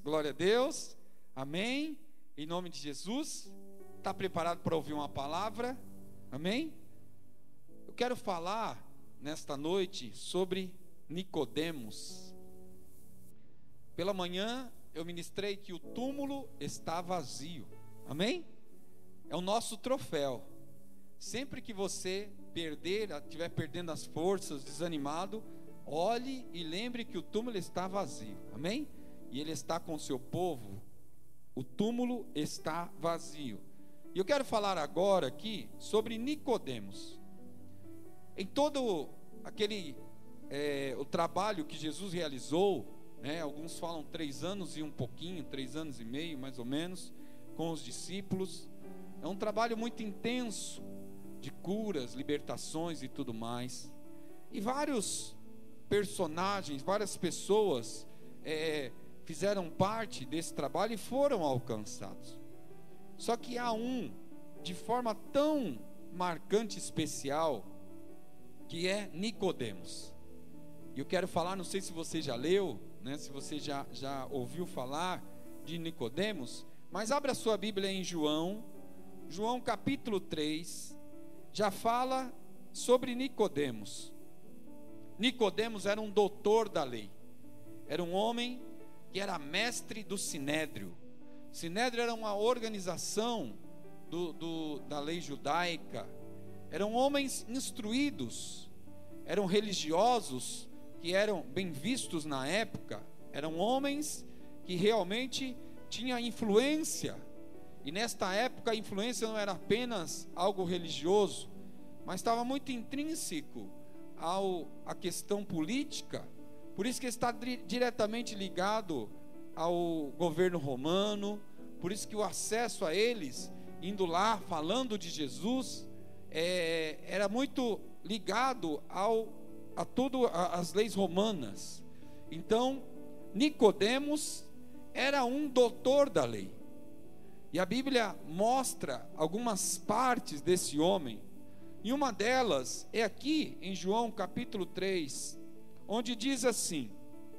Glória a Deus. Amém. Em nome de Jesus. Está preparado para ouvir uma palavra? Amém? Eu quero falar nesta noite sobre Nicodemos. Pela manhã eu ministrei que o túmulo está vazio. Amém? É o nosso troféu. Sempre que você estiver perdendo as forças, desanimado, olhe e lembre que o túmulo está vazio. Amém? E ele está com o seu povo. O túmulo está vazio. E eu quero falar agora aqui sobre Nicodemos. Em todo o trabalho que Jesus realizou, né, alguns falam 3 anos e um pouquinho, 3 anos e meio mais ou menos, com os discípulos. É um trabalho muito intenso, de curas, libertações e tudo mais. E vários personagens, várias pessoas fizeram parte desse trabalho e foram alcançados. Só que há um, de forma tão marcante, especial, que é Nicodemos. E eu quero falar, não sei se você já leu, né, se você já ouviu falar de Nicodemos, mas abra a sua Bíblia em João capítulo 3, já fala sobre Nicodemos. Nicodemos era um doutor da lei, era um homem que era mestre do Sinédrio. Sinédrio era uma organização da lei judaica. Eram homens instruídos, eram religiosos que eram bem vistos na época. Eram homens que realmente tinham influência. E nesta época a influência não era apenas algo religioso, mas estava muito intrínseco à questão política. Por isso que está diretamente ligado ao governo romano. Por isso que o acesso a eles, indo lá falando de Jesus, era muito ligado a todas as leis romanas. Então Nicodemos era um doutor da lei. E a Bíblia mostra algumas partes desse homem. E uma delas é aqui em João capítulo 3, onde diz assim,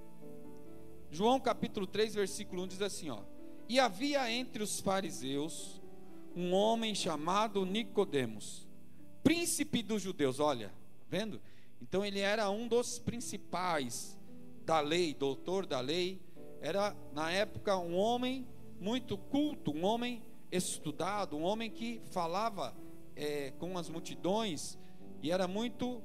João capítulo 3, versículo 1 diz assim, ó: E havia entre os fariseus um homem chamado Nicodemos, príncipe dos judeus. Olha, vendo? Então ele era um dos principais da lei, doutor da lei. Era na época um homem muito culto, um homem estudado, um homem que falava com as multidões e era muito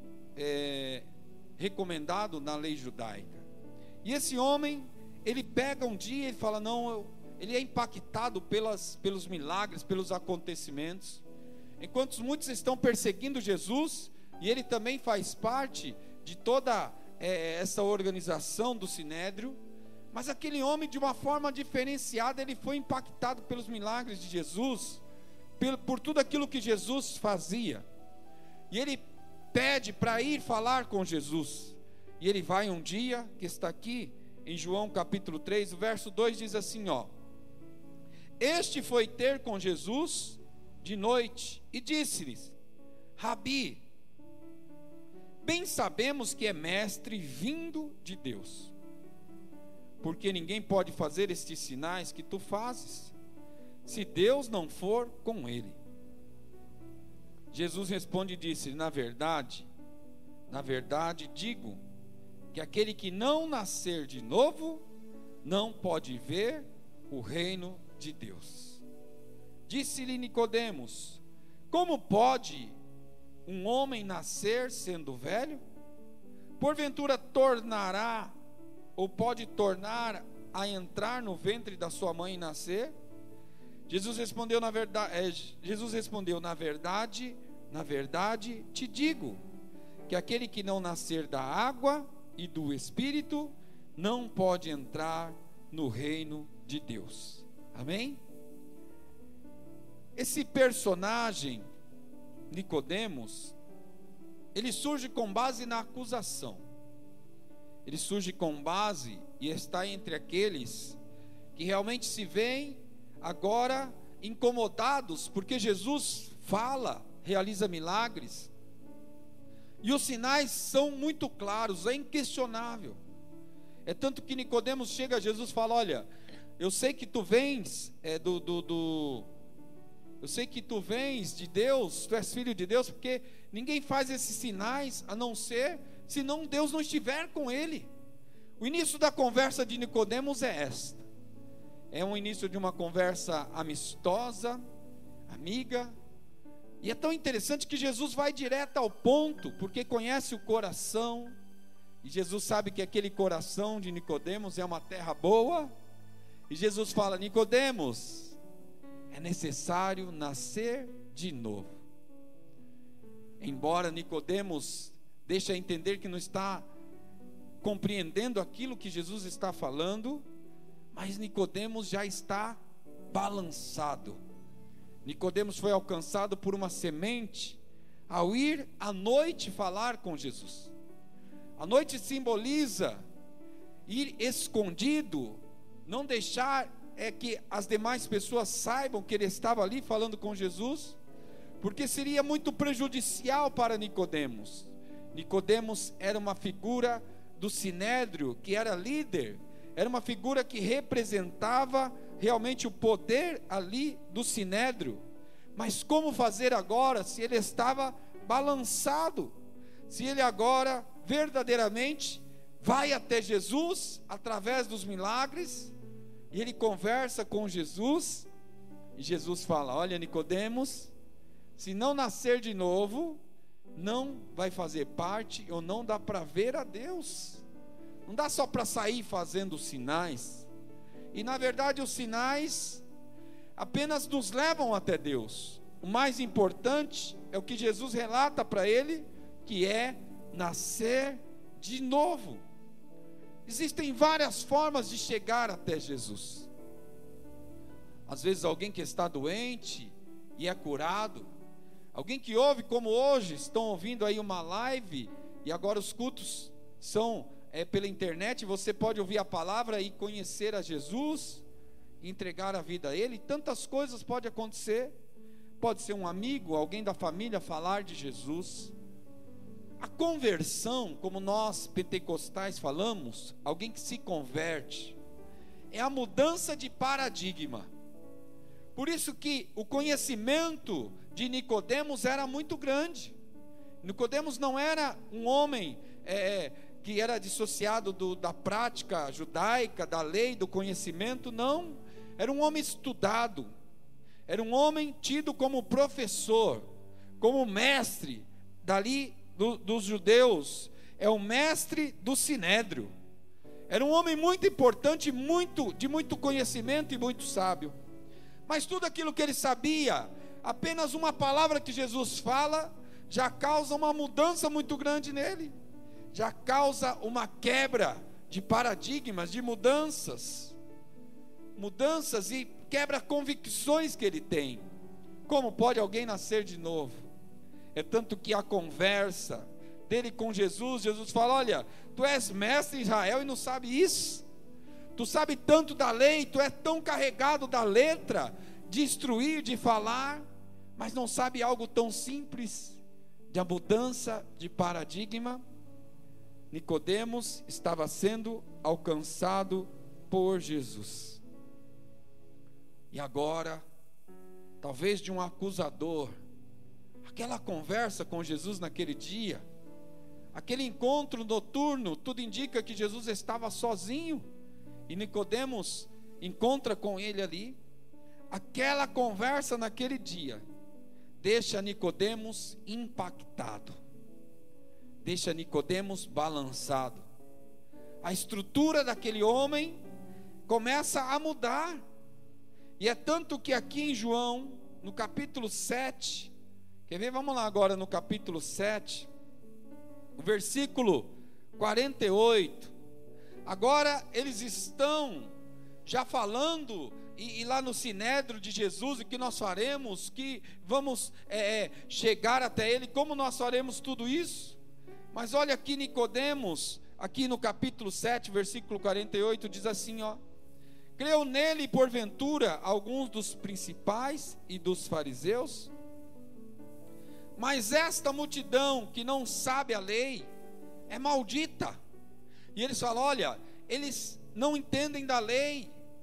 recomendado na lei judaica. E esse homem, ele pega um dia e fala, ele é impactado pelos milagres, pelos acontecimentos, enquanto muitos estão perseguindo Jesus, e ele também faz parte de toda essa organização do Sinédrio. Mas aquele homem, de uma forma diferenciada, ele foi impactado pelos milagres de Jesus, por tudo aquilo que Jesus fazia. E ele pede para ir falar com Jesus. E ele vai um dia, que está aqui em João capítulo 3, o verso 2 diz assim, ó: Este foi ter com Jesus de noite e disse-lhes: Rabi, bem sabemos que é mestre vindo de Deus, porque ninguém pode fazer estes sinais que tu fazes, se Deus não for com ele. Jesus responde e disse: Na verdade digo, que aquele que não nascer de novo, não pode ver o reino de Deus. Disse-lhe Nicodemos: Como pode um homem nascer sendo velho? Porventura pode tornar a entrar no ventre da sua mãe e nascer? Jesus respondeu, na verdade te digo, que aquele que não nascer da água e do Espírito, não pode entrar no reino de Deus. Amém? Esse personagem, Nicodemos, ele surge com base na acusação. Ele surge com base e está entre aqueles que realmente se veem agora incomodados, porque Jesus fala, realiza milagres, e os sinais são muito claros, é inquestionável. É tanto que Nicodemos chega a Jesus e fala: olha, eu sei que tu vens eu sei que tu vens de Deus, tu és filho de Deus, porque ninguém faz esses sinais a não ser senão Deus não estiver com ele. O início da conversa de Nicodemos é esta. É um início de uma conversa amistosa, amiga. E é tão interessante que Jesus vai direto ao ponto, porque conhece o coração. E Jesus sabe que aquele coração de Nicodemos é uma terra boa. E Jesus fala: Nicodemos, é necessário nascer de novo. Embora Nicodemos deixe entender que não está compreendendo aquilo que Jesus está falando, mas Nicodemos já está balançado. Nicodemos foi alcançado por uma semente ao ir à noite falar com Jesus. A noite simboliza ir escondido, não deixar que as demais pessoas saibam que ele estava ali falando com Jesus, porque seria muito prejudicial para Nicodemos. Nicodemos era uma figura do Sinédrio, que era líder, era uma figura que representava realmente o poder ali do Sinédrio. Mas como fazer agora, se ele estava balançado, se ele agora verdadeiramente vai até Jesus, através dos milagres, e ele conversa com Jesus, e Jesus fala: olha, Nicodemos, se não nascer de novo, não vai fazer parte, ou não dá para ver a Deus. Não dá só para sair fazendo sinais. E na verdade os sinais apenas nos levam até Deus. O mais importante é o que Jesus relata para ele, que é nascer de novo. Existem várias formas de chegar até Jesus. Às vezes alguém que está doente e é curado, alguém que ouve como hoje, estão ouvindo aí uma live, e agora os cultos são pela internet, você pode ouvir a palavra e conhecer a Jesus, entregar a vida a Ele. Tantas coisas podem acontecer. Pode ser um amigo, alguém da família falar de Jesus. A conversão, como nós pentecostais falamos, alguém que se converte, é a mudança de paradigma. Por isso que o conhecimento de Nicodemos era muito grande. Nicodemos não era um homem que era dissociado da prática judaica, da lei, do conhecimento, não. Era um homem estudado, era um homem tido como professor, como mestre dali dos judeus, é o mestre do Sinédrio. Era um homem muito importante, de muito conhecimento e muito sábio. Mas tudo aquilo que ele sabia, apenas uma palavra que Jesus fala, já causa uma mudança muito grande nele, já causa uma quebra de paradigmas, de mudanças e quebra convicções que ele tem. Como pode alguém nascer de novo? É tanto que a conversa dele com Jesus, Jesus fala: olha, tu és mestre em Israel e não sabe isso? Tu sabe tanto da lei, tu é tão carregado da letra, de instruir, de falar, mas não sabe algo tão simples, de a mudança de paradigma. Nicodemos estava sendo alcançado por Jesus. E agora, talvez de um acusador, aquela conversa com Jesus naquele dia, aquele encontro noturno, tudo indica que Jesus estava sozinho, e Nicodemos encontra com ele ali. Aquela conversa naquele dia deixa Nicodemos impactado, deixa Nicodemos balançado. A estrutura daquele homem começa a mudar. E é tanto que aqui em João, no capítulo 7, quer ver? Vamos lá agora no capítulo 7, o versículo 48. Agora eles estão já falando, e lá no Sinédrio de Jesus, o que nós faremos, que vamos chegar até Ele, como nós faremos tudo isso. Mas olha aqui Nicodemos, aqui no capítulo 7, versículo 48, diz assim, ó: creu nele porventura alguns dos principais e dos fariseus? Mas esta multidão que não sabe a lei é maldita. E eles falam: olha, eles não entendem da lei,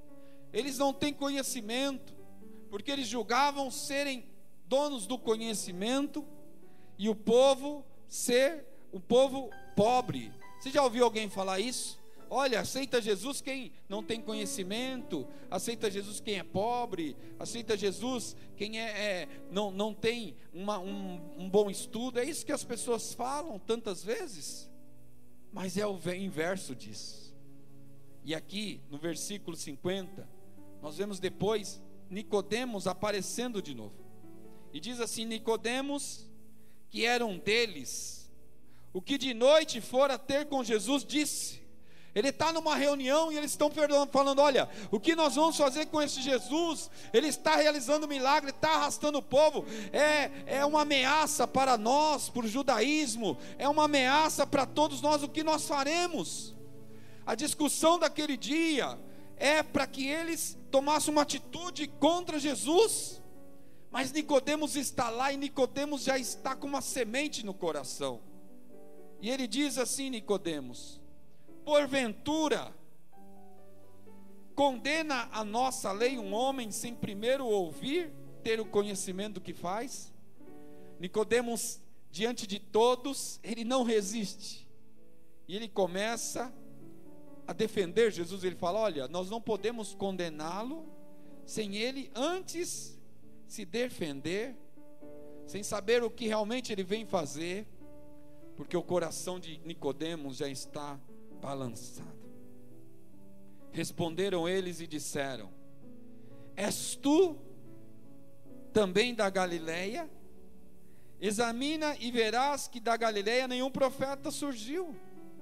eles não têm conhecimento, porque eles julgavam serem donos do conhecimento e o povo ser o povo pobre. Você já ouviu alguém falar isso? Olha, aceita Jesus quem não tem conhecimento, aceita Jesus quem é pobre, aceita Jesus quem não tem um bom estudo. É isso que as pessoas falam tantas vezes, mas é o inverso disso. E aqui no versículo 50, nós vemos depois Nicodemos aparecendo de novo, e diz assim: Nicodemos, que era um deles, o que de noite fora ter com Jesus, disse. Ele está numa reunião e eles estão falando: olha, o que nós vamos fazer com esse Jesus? Ele está realizando milagre, está arrastando o povo, é uma ameaça para nós, para o judaísmo, é uma ameaça para todos nós. O que nós faremos? A discussão daquele dia é para que eles tomassem uma atitude contra Jesus, mas Nicodemos está lá, e Nicodemos já está com uma semente no coração, e ele diz assim: Nicodemos, porventura condena a nossa lei um homem sem primeiro ouvir, ter o conhecimento do que faz? Nicodemos, diante de todos, ele não resiste, e ele começa a defender Jesus. Ele fala: olha, nós não podemos condená-lo sem ele antes se defender, sem saber o que realmente ele vem fazer, porque o coração de Nicodemos já está balançado. Responderam eles e disseram: és tu também da Galileia? Examina e verás que da Galileia nenhum profeta surgiu.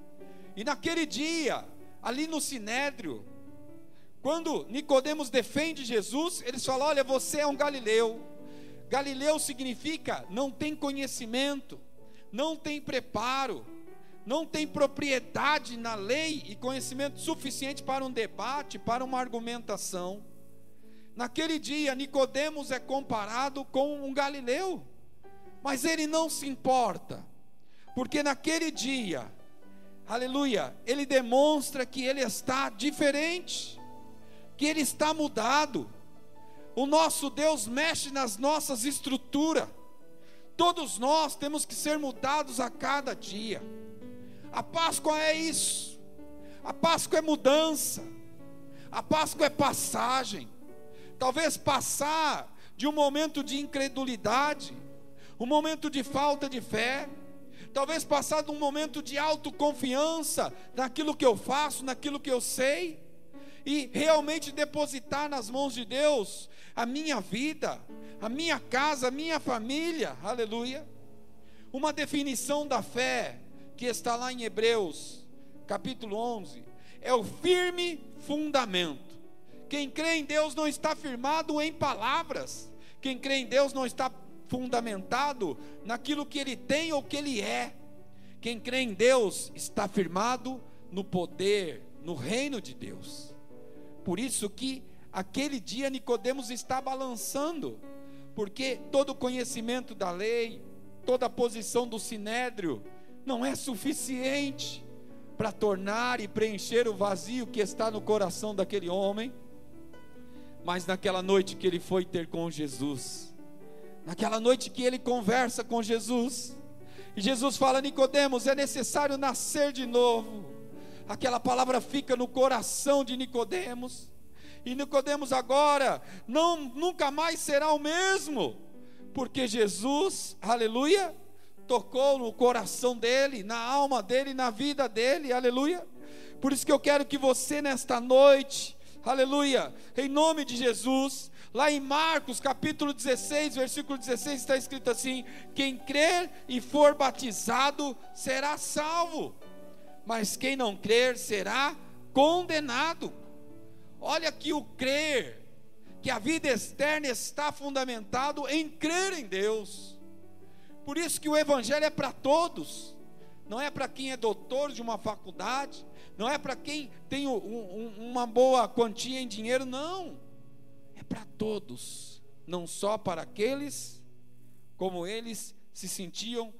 E naquele dia, ali no Sinédrio, quando Nicodemos defende Jesus, eles falam: olha, você é um galileu. Galileu significa não tem conhecimento, não tem preparo, não tem propriedade na lei e conhecimento suficiente para um debate, para uma argumentação. Naquele dia, Nicodemos é comparado com um galileu, mas ele não se importa, porque naquele dia, aleluia, ele demonstra que ele está diferente, que ele está mudado. O nosso Deus mexe nas nossas estruturas. Todos nós temos que ser mudados a cada dia. A Páscoa é isso. A Páscoa é mudança. A Páscoa é passagem. Talvez passar de um momento de incredulidade, um momento de falta de fé, talvez passar de um momento de autoconfiança naquilo que eu faço, naquilo que eu sei, e realmente depositar nas mãos de Deus a minha vida, a minha casa, a minha família. Aleluia. Uma definição da fé que está lá em Hebreus capítulo 11 é o firme fundamento. Quem crê em Deus não está firmado em palavras. Quem crê em Deus não está fundamentado naquilo que ele tem ou que ele é. Quem crê em Deus está firmado no poder, no reino de Deus. Por isso que aquele dia Nicodemos está balançando, porque todo o conhecimento da lei, toda a posição do sinédrio não é suficiente para tornar e preencher o vazio que está no coração daquele homem. Mas naquela noite que ele foi ter com Jesus, naquela noite que ele conversa com Jesus, e Jesus fala: Nicodemos, é necessário nascer de novo. Aquela palavra fica no coração de Nicodemos, e Nicodemos agora nunca mais será o mesmo, porque Jesus, aleluia, tocou no coração dele, na alma dele, na vida dele, aleluia. Por isso que eu quero que você nesta noite, aleluia, em nome de Jesus, lá em Marcos capítulo 16, versículo 16 está escrito assim: quem crer e for batizado será salvo, mas quem não crer será condenado. Olha que o crer, que a vida externa está fundamentado em crer em Deus. Por isso que o evangelho é para todos, não é para quem é doutor de uma faculdade, não é para quem tem uma boa quantia em dinheiro, não, é para todos, não só para aqueles, como eles se sentiam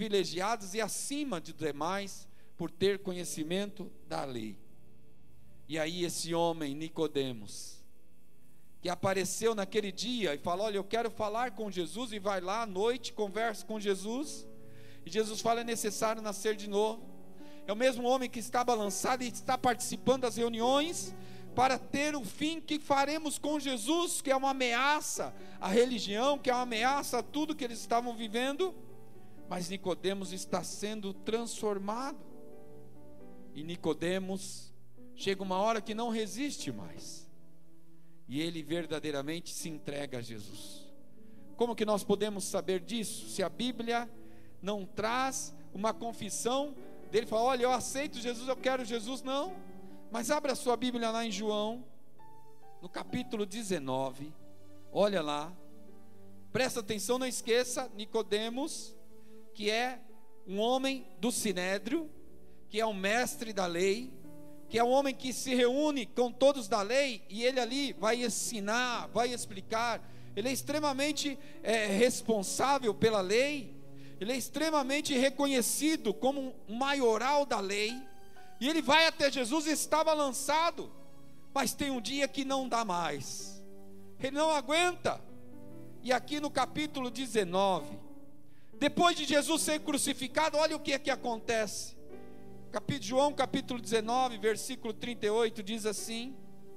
privilegiados e acima de demais, por ter conhecimento da lei. E aí esse homem, Nicodemos, que apareceu naquele dia e falou: olha, eu quero falar com Jesus, e vai lá à noite, conversa com Jesus, e Jesus fala: é necessário nascer de novo. É o mesmo homem que está balançado e está participando das reuniões para ter o fim que faremos com Jesus, que é uma ameaça à religião, que é uma ameaça a tudo que eles estavam vivendo. Mas Nicodemos está sendo transformado, e Nicodemos chega uma hora que não resiste mais, e ele verdadeiramente se entrega a Jesus. Como que nós podemos saber disso? Se a Bíblia não traz uma confissão dele, fala: olha, eu aceito Jesus, eu quero Jesus. Não, mas abra a sua Bíblia lá em João, no capítulo 19, olha lá, presta atenção, não esqueça, Nicodemos, que é um homem do Sinédrio, que é um mestre da lei, que é um homem que se reúne com todos da lei, e ele ali vai ensinar, vai explicar. Ele é extremamente responsável pela lei, ele é extremamente reconhecido como um maioral da lei, e ele vai até Jesus e estava lançado, mas tem um dia que não dá mais, ele não aguenta. E aqui no capítulo 19, depois de Jesus ser crucificado, olha o que é que acontece. João capítulo 19, versículo 38, diz assim,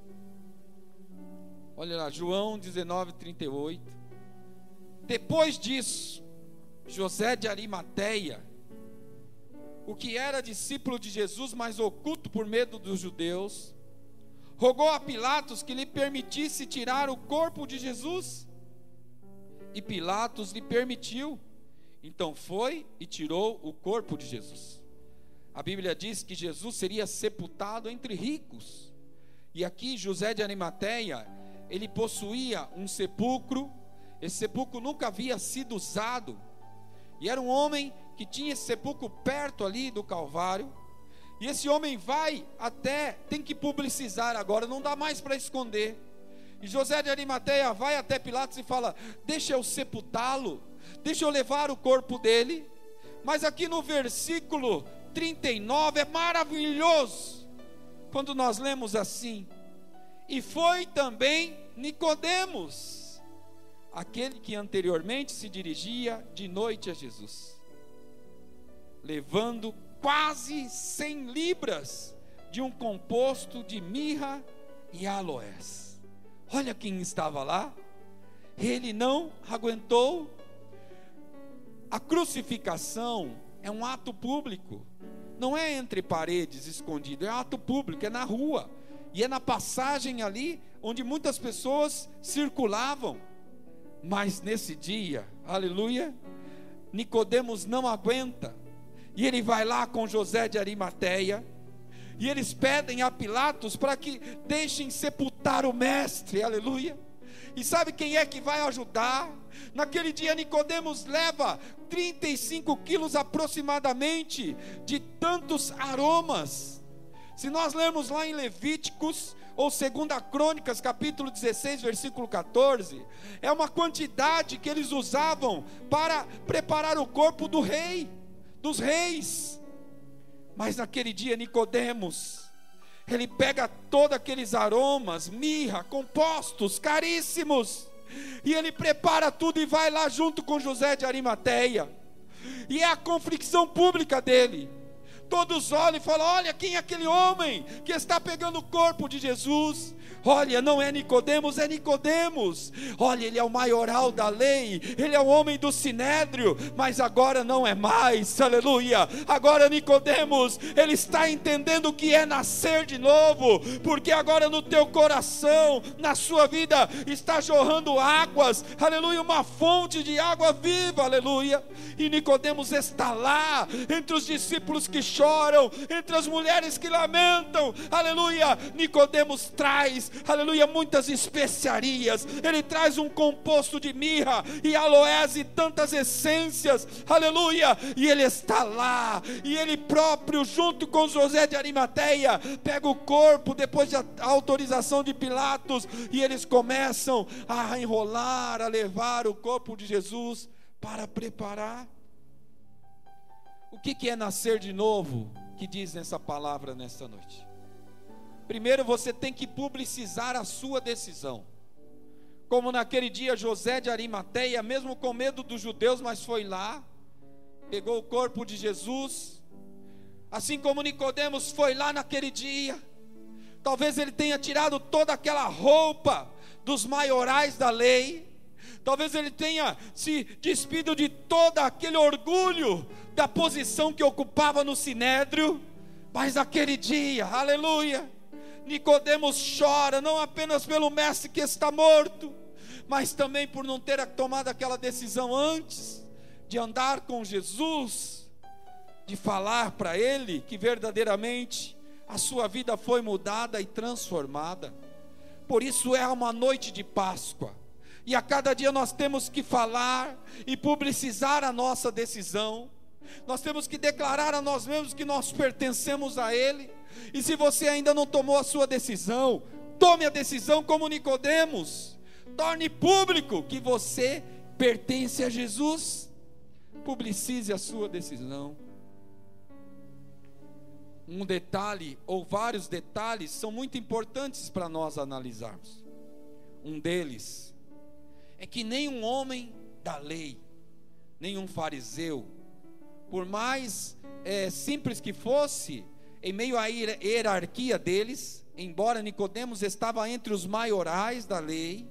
olha lá, João 19, 38. Depois disso, José de Arimateia, o que era discípulo de Jesus, mas oculto por medo dos judeus, rogou a Pilatos que lhe permitisse tirar o corpo de Jesus, e Pilatos lhe permitiu. Então foi e tirou o corpo de Jesus. A Bíblia diz que Jesus seria sepultado entre ricos, e aqui José de Arimateia, ele possuía um sepulcro. Esse sepulcro nunca havia sido usado, e era um homem que tinha esse sepulcro perto ali do Calvário, e esse homem vai até, tem que publicizar agora, não dá mais para esconder, e José de Arimateia vai até Pilatos e fala: deixa eu sepultá-lo, deixa eu levar o corpo dele. Mas aqui no versículo 39 é maravilhoso, quando nós lemos assim: e foi também Nicodemos, aquele que anteriormente se dirigia de noite a Jesus, levando quase 100 libras de um composto de mirra e aloés. Olha quem estava lá. Ele não aguentou. A crucificação é um ato público, não é entre paredes escondido, é um ato público, é na rua, e é na passagem ali onde muitas pessoas circulavam. Mas nesse dia, aleluia, Nicodemos não aguenta, e ele vai lá com José de Arimateia, e eles pedem a Pilatos para que deixem sepultar o mestre, aleluia. E sabe quem é que vai ajudar? Naquele dia Nicodemos leva 35 quilos aproximadamente de tantos aromas. Se nós lermos lá em Levíticos ou 2 Crônicas capítulo 16 versículo 14, é uma quantidade que eles usavam para preparar o corpo do rei, dos reis. Mas naquele dia Nicodemos, ele pega todos aqueles aromas, mirra, compostos caríssimos, e ele prepara tudo e vai lá junto com José de Arimateia, e é a confissão pública dele. Todos olham e falam: olha quem é aquele homem que está pegando o corpo de Jesus. Olha, não é Nicodemos, é Nicodemos. Olha, ele é o maioral da lei, ele é o homem do Sinédrio, mas agora não é mais, aleluia. Agora Nicodemos, ele está entendendo o que é nascer de novo, porque agora no teu coração, na sua vida, está jorrando águas, aleluia, uma fonte de água viva, aleluia. E Nicodemos está lá, entre os discípulos que choram, entre as mulheres que lamentam, aleluia. Nicodemos traz, aleluia, muitas especiarias, ele traz um composto de mirra e aloés e tantas essências, aleluia, e ele está lá, e ele próprio, junto com José de Arimateia, pega o corpo, depois da autorização de Pilatos, e eles começam a enrolar, a levar o corpo de Jesus para preparar. O que é nascer de novo, que diz nessa palavra nesta noite? Primeiro você tem que publicizar a sua decisão. Como naquele dia José de Arimateia, mesmo com medo dos judeus, mas foi lá, pegou o corpo de Jesus. Assim como Nicodemos foi lá naquele dia. Talvez ele tenha tirado toda aquela roupa dos maiorais da lei. Talvez ele tenha se despido de todo aquele orgulho da posição que ocupava no sinédrio. Mas naquele dia, aleluia, Nicodemos chora, não apenas pelo mestre que está morto, mas também por não ter tomado aquela decisão antes de andar com Jesus, de falar para ele que verdadeiramente a sua vida foi mudada e transformada. Por isso é uma noite de Páscoa, e a cada dia nós temos que falar e publicizar a nossa decisão. Nós temos que declarar a nós mesmos que nós pertencemos a Ele. E se você ainda não tomou a sua decisão, tome a decisão como Nicodemos. Torne público que você pertence a Jesus. Publicize a sua decisão. Um detalhe ou vários detalhes são muito importantes para nós analisarmos. Um deles é que nenhum homem da lei, nenhum fariseu, por mais simples que fosse, em meio à hierarquia deles, embora Nicodemos estava entre os maiorais da lei,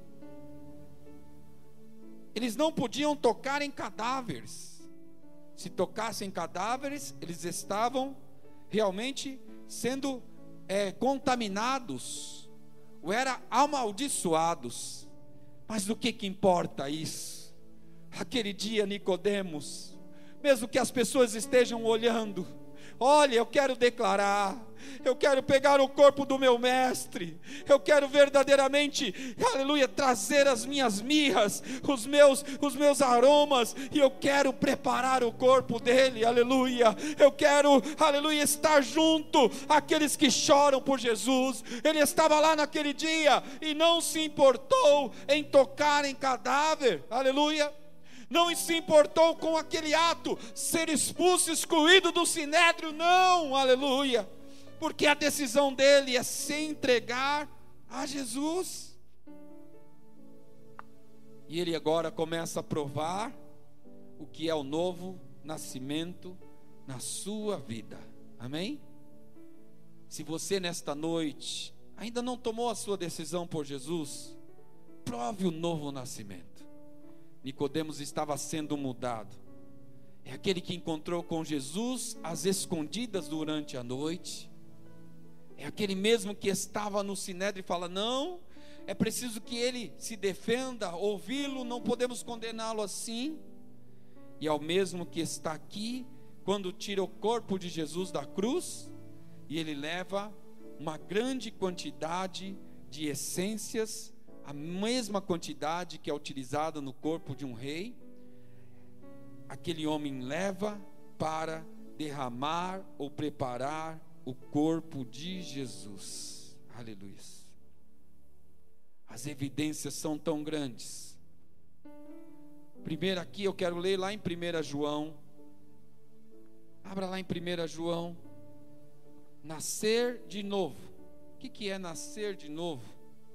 eles não podiam tocar em cadáveres. Se tocassem cadáveres, eles estavam realmente sendo contaminados, ou eram amaldiçoados. Mas do que importa isso? Aquele dia Nicodemos, mesmo que as pessoas estejam olhando, olha, eu quero declarar, eu quero pegar o corpo do meu mestre, eu quero verdadeiramente, aleluia, trazer as minhas mirras, os meus aromas, e eu quero preparar o corpo dele, aleluia, eu quero, aleluia, estar junto àqueles que choram por Jesus. Ele estava lá naquele dia, e não se importou em tocar em cadáver, aleluia, não se importou com aquele ato, ser expulso, excluído do sinédrio, não, aleluia, porque a decisão dele é se entregar a Jesus. E ele agora começa a provar o que é o novo nascimento na sua vida, amém? Se você nesta noite ainda não tomou a sua decisão por Jesus, prove o novo nascimento. Nicodemos estava sendo mudado. É aquele que encontrou com Jesus às escondidas durante a noite. É aquele mesmo que estava no sinédrio e fala: não, é preciso que ele se defenda, ouvi-lo, não podemos condená-lo assim. E é o mesmo que está aqui quando tira o corpo de Jesus da cruz, e ele leva uma grande quantidade de essências, a mesma quantidade que é utilizada no corpo de um rei. Aquele homem leva para derramar ou preparar o corpo de Jesus. Aleluia. As evidências são tão grandes. Primeiro aqui eu quero ler lá em 1 João. Abra lá em 1 João. Nascer de novo. O que é nascer de novo?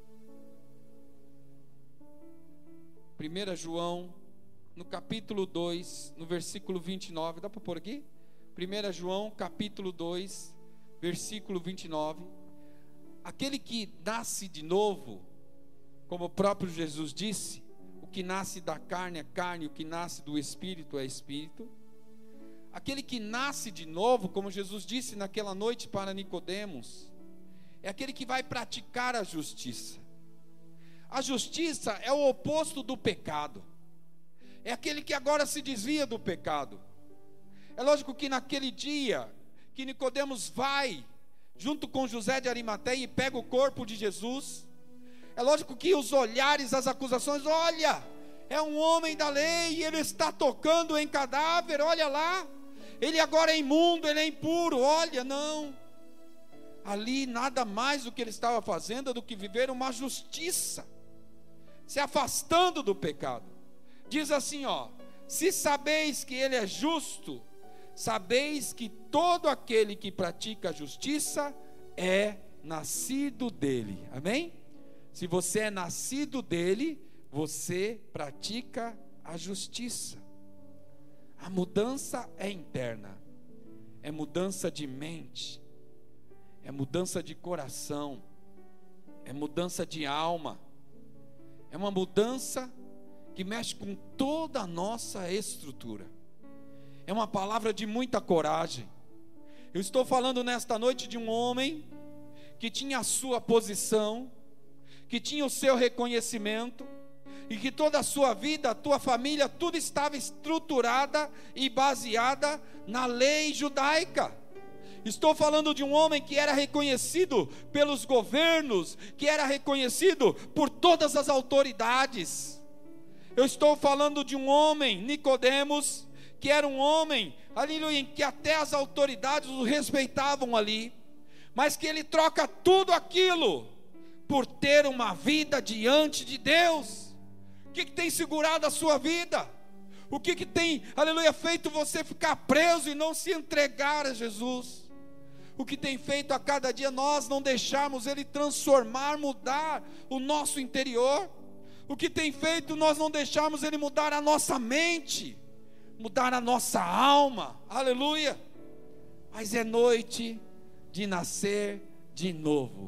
1 João, no capítulo 2, no versículo 29, dá para pôr aqui? 1 João, capítulo 2, versículo 29. Aquele que nasce de novo, como o próprio Jesus disse, o que nasce da carne é carne, o que nasce do Espírito é Espírito. Aquele que nasce de novo, como Jesus disse naquela noite para Nicodemos, é aquele que vai praticar a justiça. A justiça é o oposto do pecado. É aquele que agora se desvia do pecado. É lógico que naquele dia que Nicodemos vai junto com José de Arimateia e pega o corpo de Jesus, é lógico que os olhares, as acusações: olha, é um homem da lei e ele está tocando em cadáver, olha lá, ele agora é imundo, ele é impuro, olha, não. Ali nada mais do que ele estava fazendo do que viver uma justiça, se afastando do pecado. Diz assim, se sabeis que ele é justo, sabeis que todo aquele que pratica a justiça é nascido dele. Amém? Se você é nascido dele, você pratica a justiça. A mudança é interna, é mudança de mente, é mudança de coração, é mudança de alma, é uma mudança que mexe com toda a nossa estrutura. É uma palavra de muita coragem. Eu estou falando nesta noite de um homem que tinha a sua posição, que tinha o seu reconhecimento, e que toda a sua vida, a tua família, tudo estava estruturada e baseada na lei judaica. Estou falando de um homem que era reconhecido pelos governos, que era reconhecido por todas as autoridades. Eu estou falando de um homem, Nicodemos, que era um homem, aleluia, que até as autoridades o respeitavam ali, mas que ele troca tudo aquilo por ter uma vida diante de Deus. O que tem segurado a sua vida? O que tem, aleluia, feito você ficar preso e não se entregar a Jesus? O que tem feito a cada dia nós não deixarmos Ele transformar, mudar o nosso interior? O que tem feito nós não deixarmos Ele mudar a nossa mente, mudar a nossa alma? Aleluia! Mas é noite de nascer de novo.